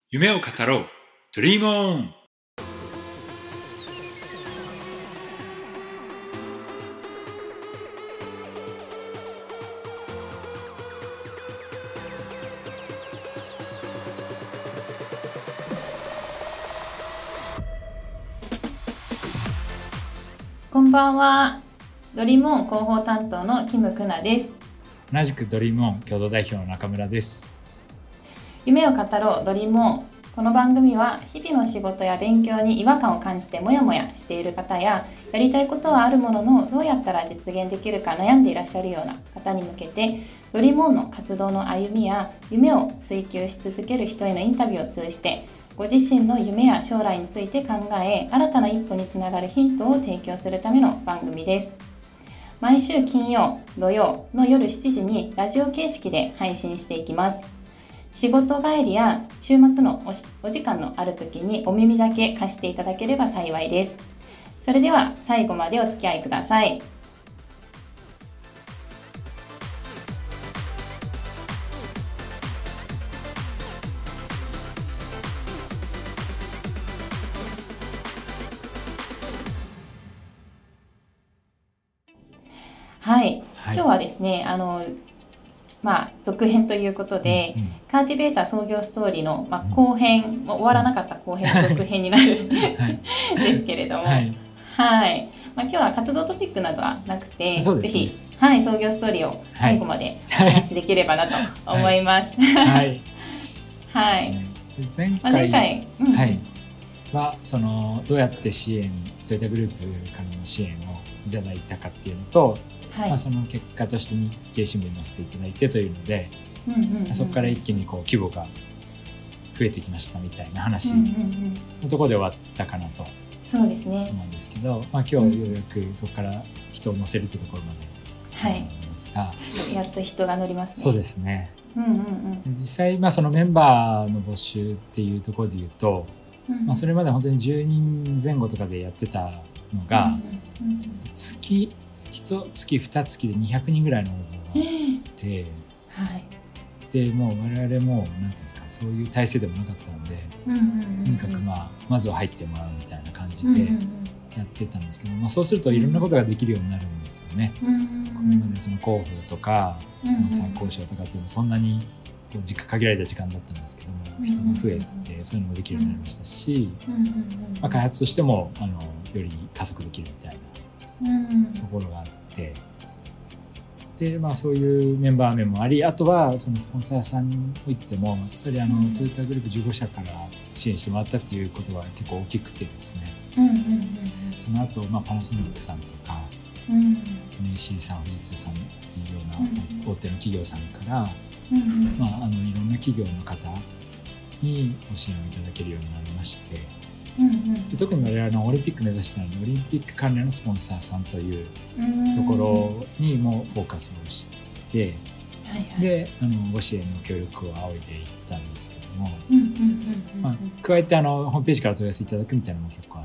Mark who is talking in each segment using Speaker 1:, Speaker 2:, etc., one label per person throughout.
Speaker 1: 夢を語ろうドリームオン。
Speaker 2: こんばんは。ドリームオン広報担当のキムクナです。
Speaker 1: 同じくドリームオン共同代表の中村です。
Speaker 2: 夢を語ろうドリームオン。この番組は日々の仕事や勉強に違和感を感じてモヤモヤしている方や、やりたいことはあるもののどうやったら実現できるか悩んでいらっしゃるような方に向けて、ドリームオンの活動の歩みや夢を追求し続ける人へのインタビューを通じて、ご自身の夢や将来について考え、新たな一歩につながるヒントを提供するための番組です。毎週金曜、土曜の夜7時にラジオ形式で配信していきます。仕事帰りや週末のお時間のある時にお耳だけ貸していただければ幸いです。それでは最後までお付き合いください。はい、今日はですね、続編ということで、カーティベーター創業ストーリーの、後編、終わらなかった後編の続編になるですけれども、今日は活動トピックなどはなくて、ぜひ、創業ストーリーを最後までお話しできればなと思います。前回
Speaker 1: はどうやってトヨタグループからの支援をいただいたかっていうのと、その結果として日経新聞に載せていただいてというので、そこから一気に規模が増えてきましたみたいな話のところで終わったかなと思うんですけど、今日ようやくそこから人を乗せるというところまで思いますが、
Speaker 2: やっと人が乗りますね。
Speaker 1: そうですね。実際、そのメンバーの募集っていうところでいうと、それまで本当に10人前後とかでやってたのが、月2月で200人ぐらいの応募があって、でもう我々もなんていうんですか、そういう体制でもなかったので、とにかくまずは入ってもらうみたいな感じでやってたんですけど、そうするといろんなことができるようになるんですよね。これまでその広報とかスポンサー交渉とかっていうのもそんなに限られた時間だったんですけども、人が増えてそういうのもできるようになりましたし、開発としてもより加速できるみたいなところがあって、でそういうメンバー名もあり、あとはそのスポンサーさんにおいてもやっぱりトヨタグループ15社から支援してもらったっていうことが結構大きくてですね、その後、パナソニックさんとか、NEC さん、富士通さんっていうような大手の企業さんから、いろんな企業の方にご支援をいただけるようになりまして、特に我々のオリンピック目指しているのでオリンピック関連のスポンサーさんというところにもフォーカスをして、でご支援の協力を仰いでいったんですけども、加えてホームページから問い合わせいただくみたいなのも結構あって、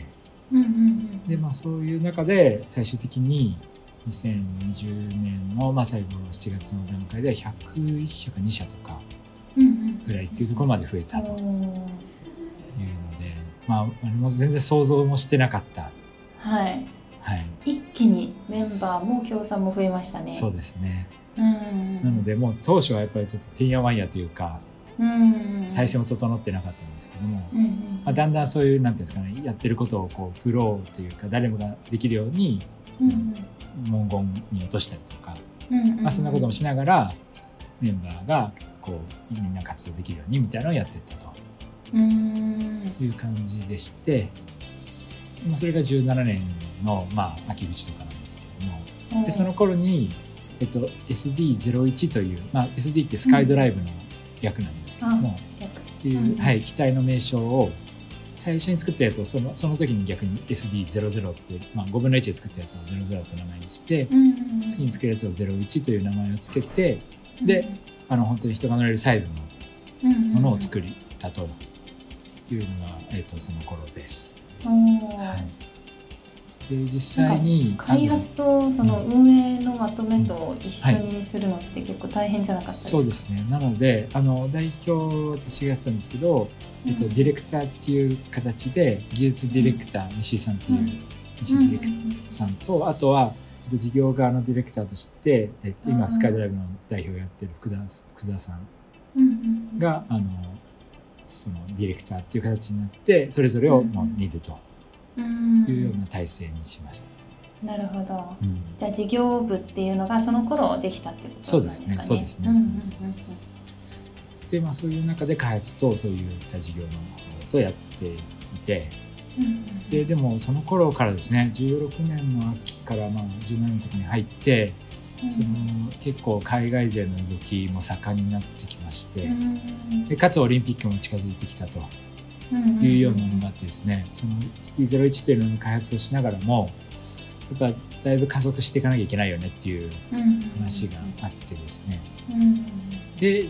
Speaker 1: でそういう中で最終的に2020年の最後の7月の段階では101社か2社とかぐらいっていうところまで増えたというので、もう全然想像もしてなかった、
Speaker 2: 一気にメンバーも協賛も増えましたね。
Speaker 1: そうですね。なのでもう当初はやっぱりちょっとてんやわんやというか、体制も整ってなかったんですけども、だんだんそういうなんていうんですかね、やってることをフローというか誰もができるように文言に落としたりとか、そんなこともしながらメンバーがみんな活動できるようにみたいなのをやっていったという感じでして、それが17年の秋口とかなんですけども、でその頃に、SD01 という、SD ってスカイドライブの略なんですけども、っていう、機体の名称を最初に作ったやつをその時に逆に SD00 って、5分の1で作ったやつを00って名前にして、次に作るやつを01という名前をつけて、で本当に人が乗れるサイズのものを作ったというのが、その頃です。 で実際に
Speaker 2: 開発とその運営のまとめと一緒にするのって結構大変じゃなかったですか？
Speaker 1: そうですね。なので代表私がやったんですけど、ディレクターっていう形で技術ディレクター、西井さんっていう、西井ディレクターさんと、あとは事業側のディレクターとして、今スカイドライブの代表をやってる福田さんが、そのディレクターっていう形になってそれぞれを見るというような体制にしました。
Speaker 2: なるほど、じゃあ事業部っていうのがその頃できたってことなんですかね。
Speaker 1: そうですね。で、そういう中で開発とそういった事業の方とやっていて、でもその頃からですね、16年の秋から17年の時に入って、その結構海外勢の動きも盛んになってきまして、でかつオリンピックも近づいてきたというようなのがあってですね、その C01 というのの開発をしながらもやっぱだいぶ加速していかなきゃいけないよねっていう話があってですね、で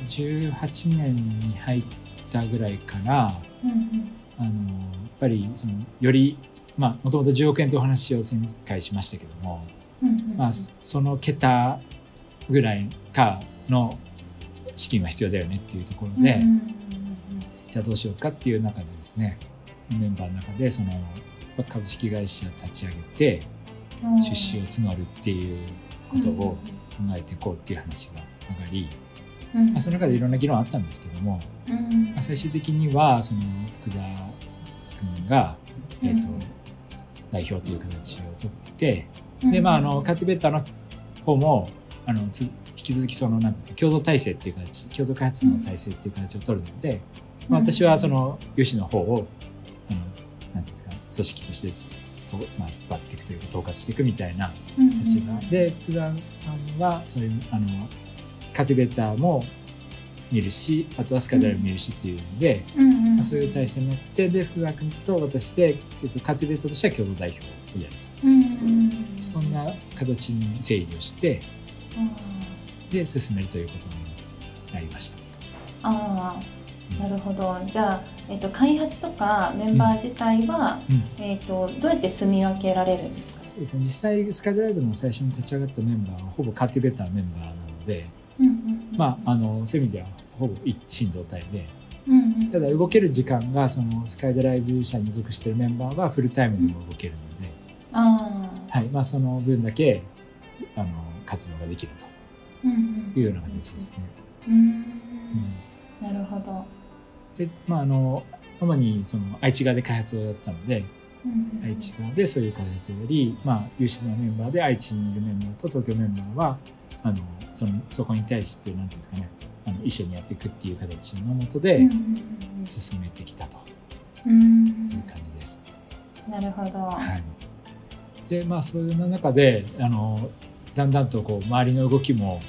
Speaker 1: 18年に入ったぐらいから、やっぱりそのよりもともと10億円というお話を前回しましたけども、その桁ぐらいかの資金は必要だよねっていうところで、じゃあどうしようかっていう中でですね、メンバーの中でその株式会社立ち上げて出資を募るっていうことを考えていこうっていう話が上がり、その中でいろんな議論あったんですけども、最終的にはその福田君が、代表という形をとって、でカーティベーターの方も引き続きそのなんですか、共同体制っていう形、共同開発の体制っていう形を取るので、私はその有志の方をなんですか、組織として引っ張っていくというか統括していくみたいな立場で、福田さんはそういうカーティベーターも見るし、あとはスカイドライブ見るしっていうので、そういう体制になって、で福田君と私で、カーティベーターとしては共同代表をやると、そんな形に整理をして、で進めるということになりました。
Speaker 2: なるほど。じゃあ、開発とかメンバー自体は、どうやって住み分けられるんですか？
Speaker 1: そうですね、実際スカイドライブの最初に立ち上がったメンバーはほぼカーティベーターのメンバーなので、そういう意味ではほぼ一心同体で、ただ動ける時間がそのスカイドライブ社に属しているメンバーはフルタイムでも動けるので、その分だけ活動ができるというような形ですね。
Speaker 2: なるほど。
Speaker 1: で、主にその愛知側で開発をやってたので、愛知側でそういう開発をやり、有志のメンバーで愛知にいるメンバーと東京メンバーはそこに対して何ていうんですかね、一緒にやっていくっていう形のもとで進めてきたという感じです。
Speaker 2: なるほど。
Speaker 1: でそういう中でだんだんと周りの動きも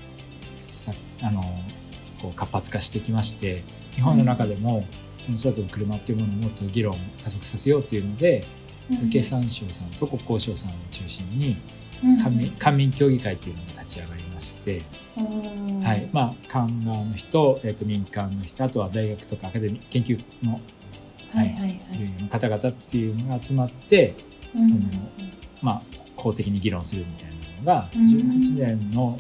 Speaker 1: 活発化してきまして、日本の中でもその空飛ぶ車っていうものをもっと議論を加速させようというので、経産省さんと国交省さんを中心に官民協議会というのが立ち上がりまして、官側の人、民間の人、あとは大学とかアカデミー研究の方々っていうのが集まって、公的に議論するみたいなのが18年の、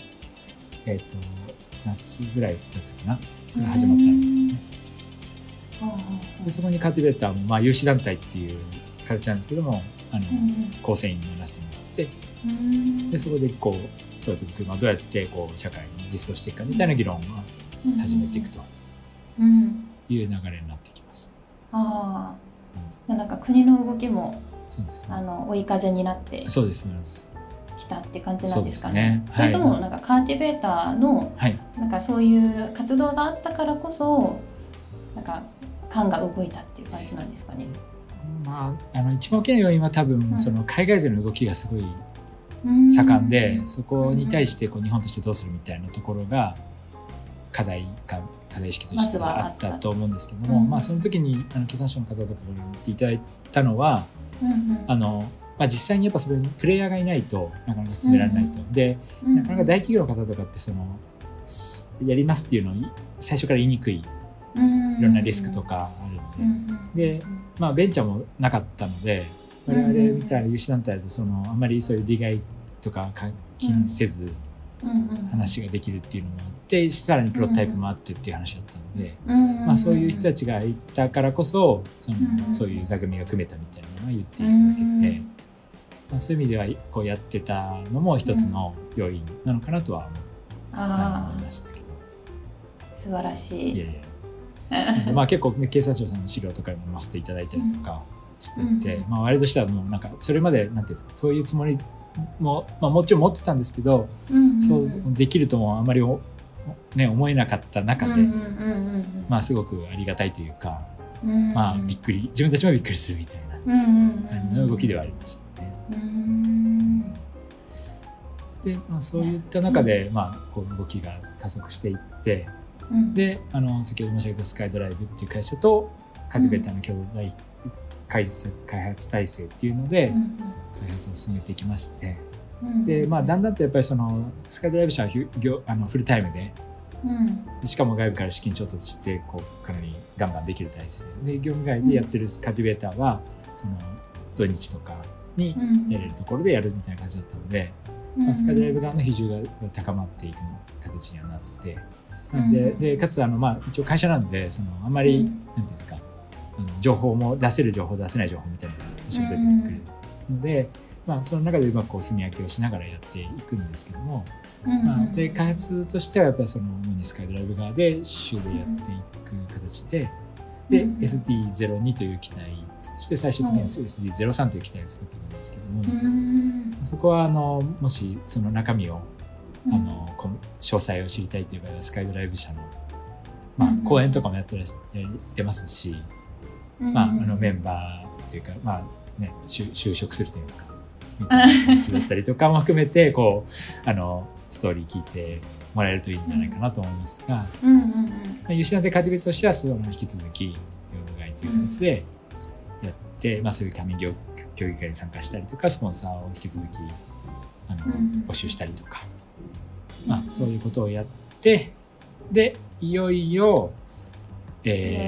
Speaker 1: 夏ぐらいだったかな、始まったんですよね。でそこにカーティベーターも、有志団体っていう形なんですけども、構成員にならせてもらって、でそこでそうやって車をどうやって社会に実装していくかみたいな議論を始めていくという流れになってきます。
Speaker 2: じゃあなんか国の動きも
Speaker 1: そうですね、
Speaker 2: 追い風になってきたって感じなんですかね。それともなんかカーティベーターのなんかそういう活動があったからこそなんか官が動いたっていう感じなんですかね。
Speaker 1: 一番大きな要因は多分その海外勢の動きがすごい盛んで、そこに対して日本としてどうするみたいなところが課題意識としてはあったと思うんですけども、その時に経産省の方とかが言っていただいたのは、実際にやっぱそれにプレイヤーがいないとなかなか進められないと。でなかなか大企業の方とかってやりますっていうのを最初から言いにくい、いろんなリスクとかあるので、でベンチャーもなかったので、 我々みたいな有志団体だとあんまりそういう利害とか気にせず話ができるっていうのもあって、さらにプロトタイプもあってっていう話だったので、まあ、そういう人たちがいたからこそそういう座組が組めたみたいなのは言っていただけて、まあ、そういう意味ではこうやってたのも一つの要因なのかなとは思いましたけど。
Speaker 2: 素晴らしい。
Speaker 1: いやいやまあ結構経産省さんの資料とかにも載せていただいたりとかしていて、まあ、我々としてはもうなんかそれまでなんていうんですか、そういうつもりも、まあ、もちろん持ってたんですけど、そうできるともあまりね、思えなかった中で、まあすごくありがたいというか、まあびっくり、自分たちもびっくりするみたいな感じの動きではありましたね。で、まあ、そういった中で、まあ、こう動きが加速していって、で先ほど申し上げたスカイドライブっていう会社とカティベーターの共同開発体制っていうので開発を進めていきまして、で、まあ、だんだんとやっぱりスカイドライブ社はフルタイムで、しかも外部から資金調達してこうかなりガンガンできる体制で、業務外でやってるカティベーターは土日とかにやれるところでやるみたいな感じだったので、まあ、スカイドライブ側の比重が高まっていく形にはなって、でかつまあ、一応会社なんであんまり、なんていうんですか、情報も出せる情報出せない情報みたいなのが一緒に出てくるので、まあ、その中でうまく住み分けをしながらやっていくんですけども、まあ、で開発としてはやっぱり主にスカイドライブ側で主でやっていく形で、SD02 という機体、そして最終的には SD03 という機体を作っていくんですけども、そこはもしその中身を詳細を知りたいという場合はスカイドライブ社の、まあ、講演とかもやってますし、まあ、メンバーというか、まあね、就職するというかみたいな感じだったりとかも含めてこうストーリー聞いてもらえるといいんじゃないかなと思いますが、有志団体カティベーターとしては引き続き業務外という形でやって、まあ、そういう多面協議会に参加したりとかスポンサーを引き続き募集したりとか、まあ、そういうことをやって、でいよいよ、はい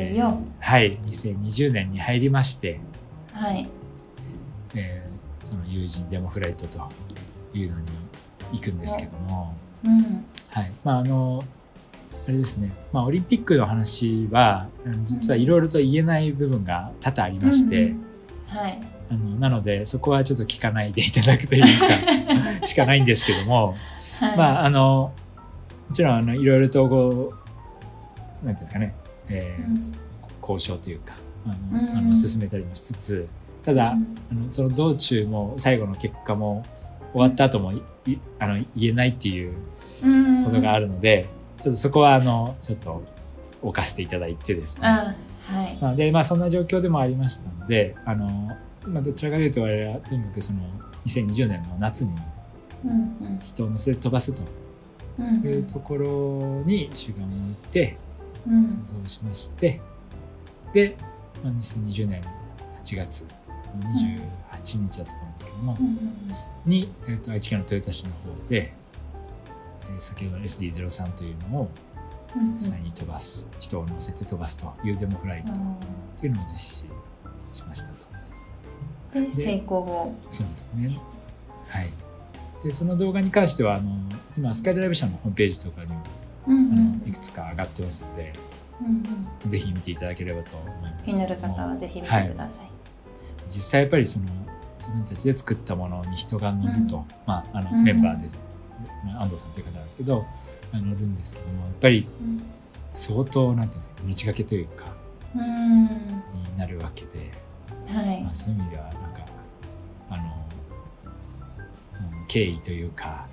Speaker 1: 、2020年に入りまして、
Speaker 2: はい
Speaker 1: その友人デモフライトというのに行くんですけども、はい、まああれですね、まあ、オリンピックの話は実はいろいろと言えない部分が多々ありまして、
Speaker 2: はい、
Speaker 1: なのでそこはちょっと聞かないでいただくというかしかないんですけども、はい、まあもちろんいろいろとこうなんていうんですかね、交渉というか進めたりもしつつ、ただその道中も最後の結果も終わった後も言えないっていうことがあるので、ちょっとそこはちょっと置かせていただいてですね、はい、でまあそんな状況でもありましたのでまあ、どちらかというと我々はとにかく2020年の夏に人を乗せて飛ばすというところに主眼を置いて活動しまして、で、まあ、2020年8月28日だったと思うんですけども、に、愛知県の豊田市の方で、先ほどの SD03 というのを実際に飛ばす、人を乗せて飛ばすというデモフライトというのを実施しましたと。
Speaker 2: で成功を。
Speaker 1: そうですね、はい、でその動画に関しては今スカイドライブ社のホームページとかにも、いくつか上がってますので、ぜひ見ていただければと思います。
Speaker 2: 気になる方はぜひ見てください。はい、
Speaker 1: 実際やっぱり自分たちで作ったものに人が乗ると、まあ、メンバーで、安藤さんという方なんですけど乗るんですけども、やっぱり相当なんていうんですか、命がけというか、になるわけで、はいまあ、そういう意味ではなんか経緯というか、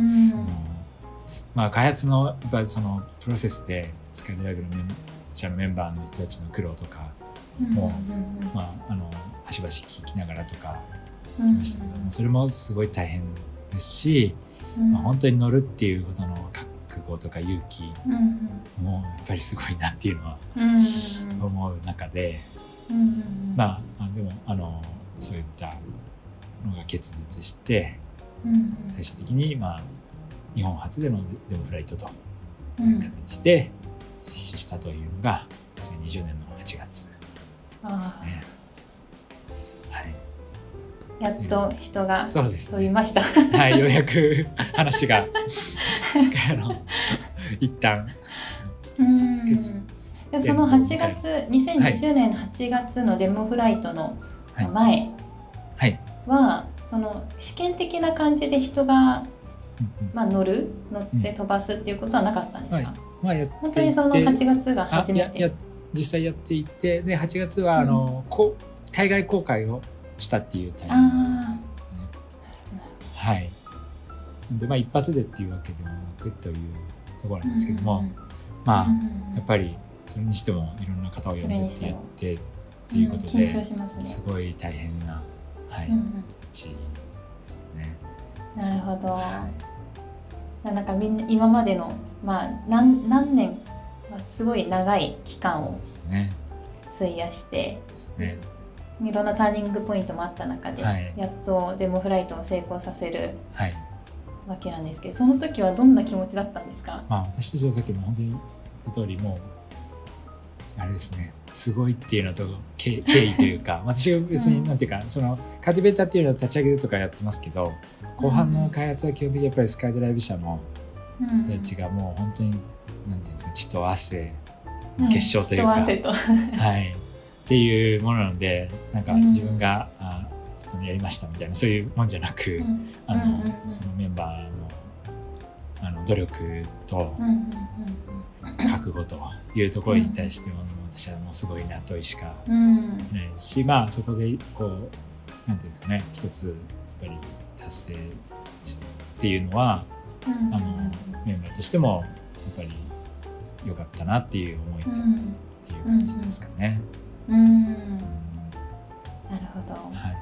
Speaker 1: まあ、開発のやっぱプロセスでスカイドライブの社のメンバーの人たちの苦労とかも、まあ、端々聞きながらとか聞きましたけども、それもすごい大変ですし、まあ、本当に乗るっていうことの覚悟とか勇気もやっぱりすごいなっていうのは思う中で、まあでもそういったのが結実して、最終的にまあ日本初でのデモフライトという形で実施したというのが2020年の8月ですね。はい、
Speaker 2: やっと人が
Speaker 1: そうですね、
Speaker 2: 飛びました。
Speaker 1: はい、ようやく話が一旦
Speaker 2: でその8月、2020年8月のデモフライトの前は、その試験的な感じで人が、乗って飛ばすっていうことはなかったんですか？本当にその8月が初めて。
Speaker 1: 実際やっていて、で8月は対外公開をしたっていうタイミングですね。はい。で一発でっていうわけでもなくというところなんですけども、やっぱりそれにしてもいろんな方を呼んでってやってっていうことで、すごい大変な地ですね。
Speaker 2: なるほど。なんかみんな今までの何年すごい長い期間を費やしていろんなターニングポイントもあった中で、やっとデモフライトを成功させるわけなんですけど、その時はどんな気持ちだったんですか？
Speaker 1: 私たちはさっきも本当に言った通り、もうあれですね、すごいっていうのと敬意というか私は別になんていうか、そのカーティベーターっていうのを立ち上げるとかやってますけど、後半の開発は基本的にやっぱりスカイドライブ社の人たちがもう本当になんていうんですか、血と汗の結晶というか、っていうものなので、なんか自分が、やりましたみたいなそういうもんじゃなく、そのメンバーの努力と覚悟というところに対しても、私はもうすごいなとしかないし、そこでこうなんていうんですかね、一つやっぱり達成っていうのは、メンバーとしてもやっぱり良かったなっていう思いと、っていう感じですかね。
Speaker 2: なるほど。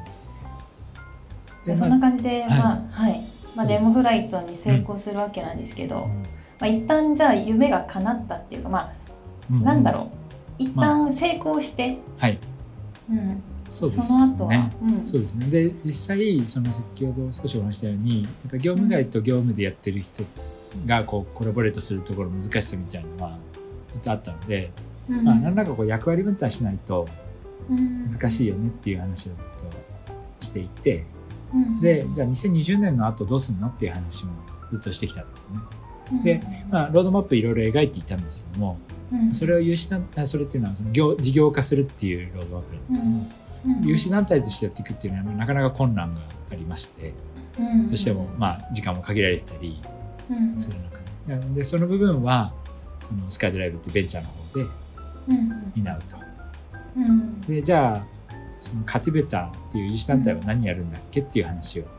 Speaker 2: でそんな感じで、デモフライトに成功するわけなんですけど、一旦じゃあ夢が叶ったっていうか、なんだろう、一旦成功して、
Speaker 1: その後は、そうですね。で実際その先ほど少しお話したように、やっぱ業務外と業務でやってる人がこうコラボレートするところの難しさみたいなのはずっとあったので、何らかこう役割分担しないと難しいよねっていう話をずっとしていて、でじゃあ2020年の後どうするのっていう話もずっとしてきたんですよね。で、ロードマップいろいろ描いていたんですけども、それをそれっていうのはその事業化するっていうロードマップなんですけども、有志団体としてやっていくっていうのはなかなか困難がありまして、どうしても時間も限られてたりする中で、でその部分はそのスカイドライブっていうベンチャーの方で担うと。でじゃあそのカティベターっていう有志団体は何やるんだっけっていう話を、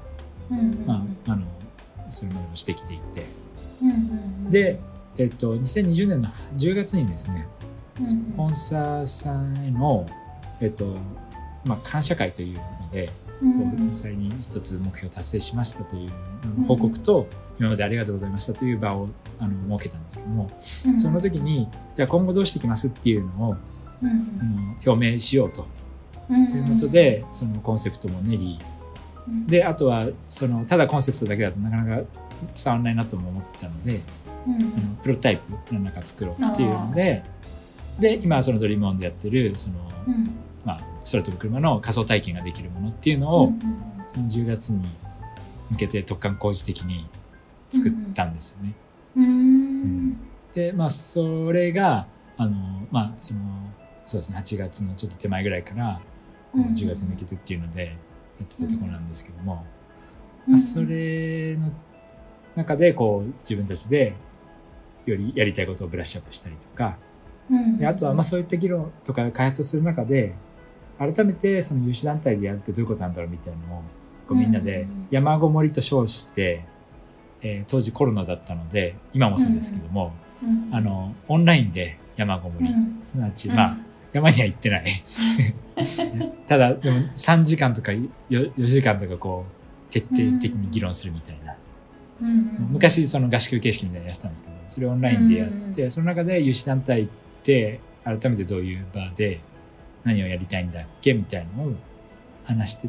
Speaker 1: それまでもしてきていて、で、2020年の10月にですね、スポンサーさんへの、感謝会というので、実際に一つ目標達成しましたという報告と、今までありがとうございましたという場を設けたんですけども、その時にじゃあ今後どうしていきますっていうのを、表明しようということで、そのコンセプトも練り、であとはそのただコンセプトだけだとなかなか伝わらないなとも思ったので、プロタイプの中作ろうっていうので、今はそのドリームオンでやってるその、空飛ぶ車の仮想体験ができるものっていうのを、その10月に向けて突貫工事的に作ったんですよね。でそれがそうですね、8月のちょっと手前ぐらいから10月に向けてっていうのでやってたところなんですけども、それの中でこう自分たちでよりやりたいことをブラッシュアップしたりとか、であとはそういった議論とか開発をする中で改めてその有志団体でやるってどういうことなんだろうみたいなのをこうみんなで山ごもりと称して、当時コロナだったので今もそうですけども、オンラインで山ごもり、すなわち山には行ってないただでも3時間とか4時間とかこう徹底的に議論するみたいな、昔その合宿形式みたいなのやってたんですけど、それをオンラインでやって、その中で有志団体って改めてどういう場で何をやりたいんだっけみたいなのを話してって、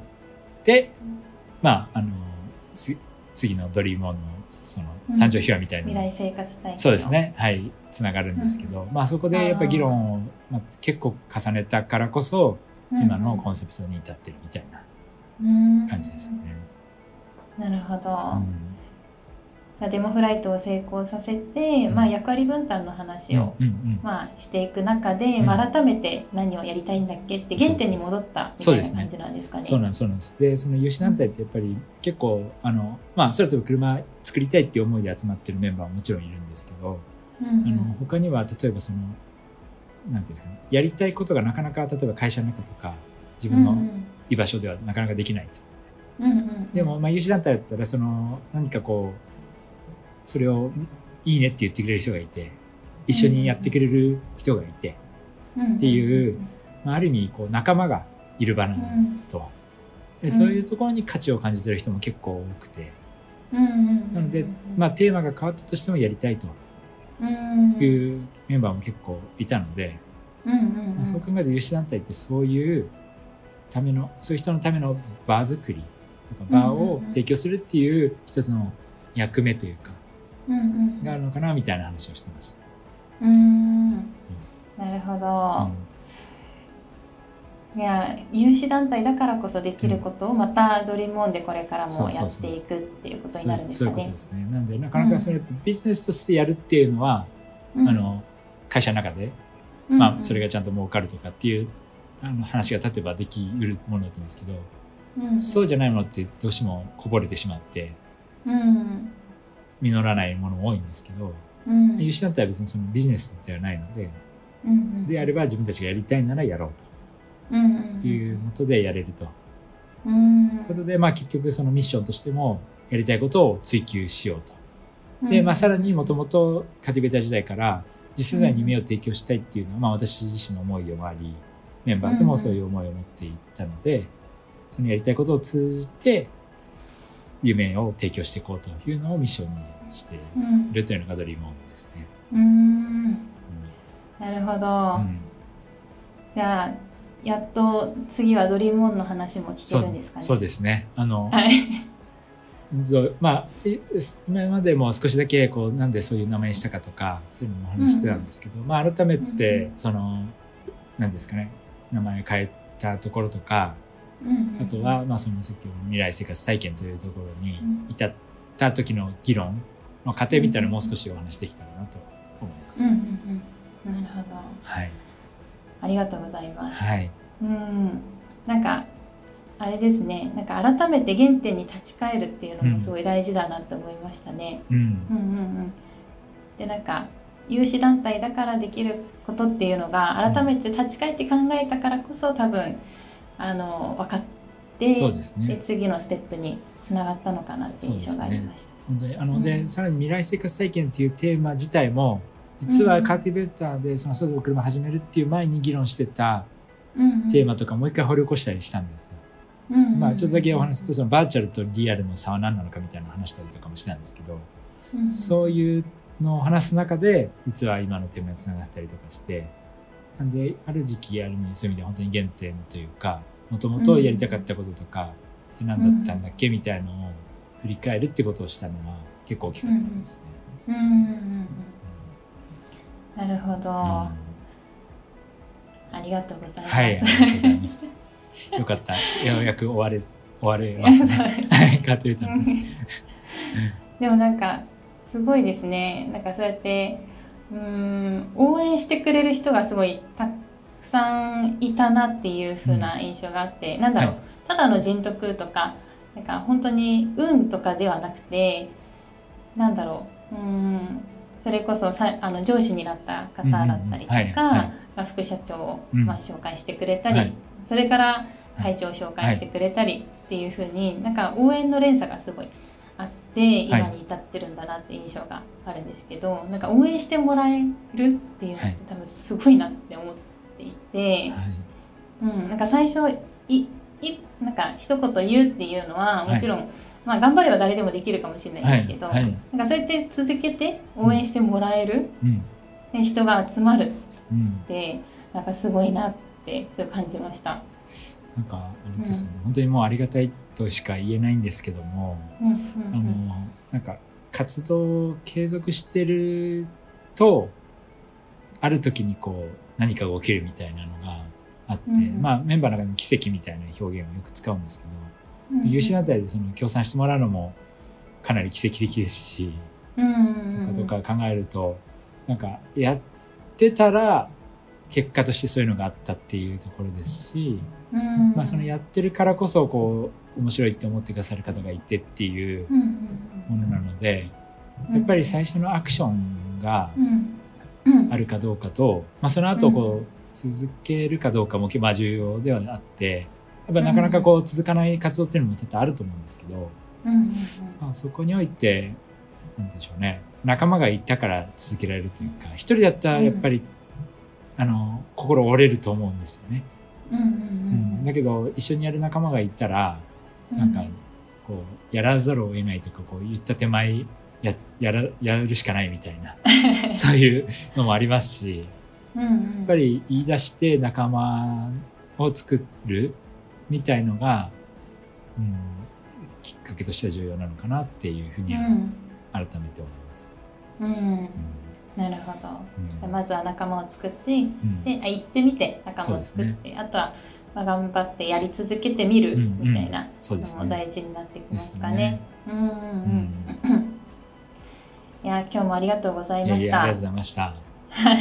Speaker 1: 次のドリームオンのその誕生秘話みたいな、
Speaker 2: 未来生活体験
Speaker 1: そうですね、つながるんですけど、そこでやっぱり議論を、結構重ねたからこそ今のコンセプトに至ってるみたいな感じですね。
Speaker 2: なるほど。
Speaker 1: うん
Speaker 2: じゃあデモフライトを成功させて、
Speaker 1: うん
Speaker 2: まあ、役割分担の話を、まあ、していく中で、まあ、改めて何をやりたいんだっけって原点に戻ったみたいな感じなんですかね。
Speaker 1: そうなんです。でその有志団体ってやっぱり結構まあ空飛ぶ車作りたいっていう思いで集まってるメンバーももちろんいるんですけど、他には例えばそのなんていうんですかね、やりたいことがなかなか例えば会社の中とか自分の居場所ではなかなかできないと。でもまあ有志団体だったらその何かこうそれをいいねって言ってくれる人がいて一緒にやってくれる人がいてっていう、まあ、ある意味こう仲間がいる場なのと、でそういうところに価値を感じてる人も結構多くて、なので、まあ、テーマが変わったとしてもやりたいというメンバーも結構いたので、まあ、そう考えると有志団体ってそういうためのそういう人のための場作りとか場を提供するっていう一つの役目というかがあるのかなみたいな話をしてました。
Speaker 2: なるほど。いや有志団体だからこそできることをまたドリームオンでこれからもやっていくっていうことになるんですかね。
Speaker 1: そういうことですね。なんでなかなかそれビジネスとしてやるっていうのは、会社の中で、まあ、それがちゃんと儲かるとかっていう話が立てばできうるものだと思うんですけど、そうじゃないものってどうしてもこぼれてしまって。実らないものも多いんですけど、有志団体は別にそのビジネスではないので、であれば自分たちがやりたいならやろうということでやれるということで、まあ、結局そのミッションとしてもやりたいことを追求しようと。で、まあ、さらにもともとカティベーター時代から次世代に夢を提供したいっていうのは、まあ、私自身の思いでもありメンバーでもそういう思いを持っていったので、そのやりたいことを通じて夢を提供していこうというのをミッションにしているというのがドリームオンですね。
Speaker 2: なるほど。じゃあやっと次はドリームオンの話も聞けるんですかね。
Speaker 1: そうですね。まあ今までも少しだけこうなんでそういう名前にしたかとかそういうのも話してたんですけど、まあ改めてその何ですかね、名前変えたところとか。あとは、まあ、そのさっきの未来生活体験というところに至った時の議論の過程みたいなのをもう少しお話できたらなと思います。
Speaker 2: なるほど。
Speaker 1: はい。
Speaker 2: ありがとうございます。
Speaker 1: はい。
Speaker 2: なんかあれですね。なんか改めて原点に立ち返るっていうのもすごい大事だなって思いましたね。でなんか有志団体だからできることっていうのが改めて立ち返って考えたからこそ多分分かって、で次のステップにつながったのかなって印象がありました。
Speaker 1: でさらに未来生活体験っていうテーマ自体も実はカーティベーターでその空飛ぶ車始めるっていう前に議論してたテーマとかもう一回掘り起こしたりしたんですよ。まあちょっとだけお話するとそのバーチャルとリアルの差は何なのかみたいな話したりとかもしてたんですけど、そういうのを話す中で実は今のテーマにつながったりとかして、なんである時期そういう意味で本当に原点というかもともとやりたかったこととかって何だったんだっけみたいなのを振り返るってことをしたのは結構大きかったんですね。
Speaker 2: なるほど、ありがとうございます。
Speaker 1: はい、ありがとうございます。よかった、ようやく終われますね。カーティベーターの話。
Speaker 2: でもなんかすごいですね。なんかそうやって応援してくれる人がすごいたくさんいたなっていう風な印象があって、なんだろう、ただの人徳とかなんか本当に運とかではなくて、なんだろう、それこそ上司になった方だったりとかが副社長を紹介してくれたり、それから会長を紹介してくれたりっていう風になんか応援の連鎖がすごいあって今に至ってるんだなって印象があるんですけど、なんか応援してもらえるっていうのって多分すごいなって思っていて、なんか最初なんか一言言うっていうのはもちろん、まあ頑張れば誰でもできるかもしれないですけど、なんかそうやって続けて応援してもらえる、で人が集まるってなんかすごいなってそう感じました。
Speaker 1: なんかあれですね、本当にもうありがたいとしか言えないんですけども、なんか活動を継続してるとある時にこう何かが起きるみたいなのがあって、まあメンバーの中に奇跡みたいな表現をよく使うんですけ有志団体でその協賛してもらうのもかなり奇跡的ですし、とか考えるとなんかやってたら結果としてそういうのがあったっていうところですし、まあ、そのやってるからこそこう面白いって思ってくださる方がいてっていうものなので、やっぱり最初のアクションがあるかどうかと、まあ、その後こう続けるかどうかもまあ重要ではあって、やっぱなかなかこう続かない活動っていうのも多々あると思うんですけど、まあ、そこにおいてなんでしょうね、仲間がいたから続けられるというか、一人だったらやっぱり、心折れると思うんですよね。だけど一緒にやる仲間がいたらなんかこうやらざるを得ないとか、こう言った手前やるしかないみたいなそういうのもありますし、やっぱり言い出して仲間を作るみたいのが、きっかけとしては重要なのかなっていうふうには改めて思います。
Speaker 2: なるほど、じゃあまずは仲間を作って、で行ってみて仲間を作って、あとはまあ頑張ってやり続けてみるみたいなのも大事になってきますかね。いや今日もありがとうございました。
Speaker 1: ありがとうございました。
Speaker 2: はい、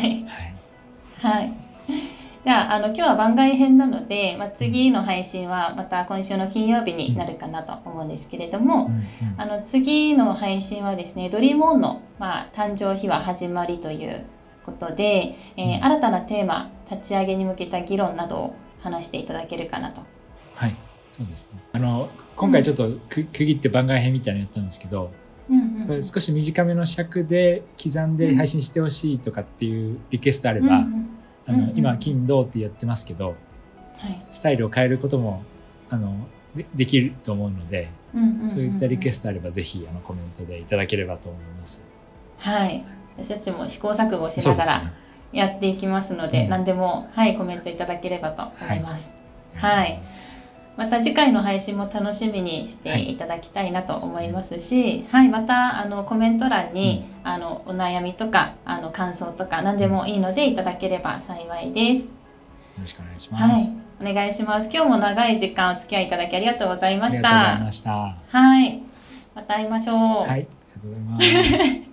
Speaker 2: じゃあ今日は番外編なので、次の配信はまた今週の金曜日になるかなと思うんですけれども、次の配信はですね、ドリームオンの、誕生秘話始まりということで、新たなテーマ立ち上げに向けた議論などを話していただけるかなと。
Speaker 1: はい、そうですね。今回ちょっと区切って番外編みたいなのやったんですけど、少し短めの尺で刻んで配信してほしいとかっていうリクエストあれば、今金土ってやってますけど、スタイルを変えることもできると思うので、そういったリクエストあればぜひコメントでいただければと思います。はい、
Speaker 2: 私たちも試行錯誤しながらやっていきますので、何でも、コメントいただければと思います。また次回の配信も楽しみにしていただきたいなと思いますし、またコメント欄にお悩みとか感想とか何でもいいのでいただければ幸いです。よ
Speaker 1: ろしくお願いします。
Speaker 2: お願いします。今日も長い時間お付き合いいただきありがとうございました。
Speaker 1: ありがとうございました。
Speaker 2: また会いましょう。
Speaker 1: ありがとうございます。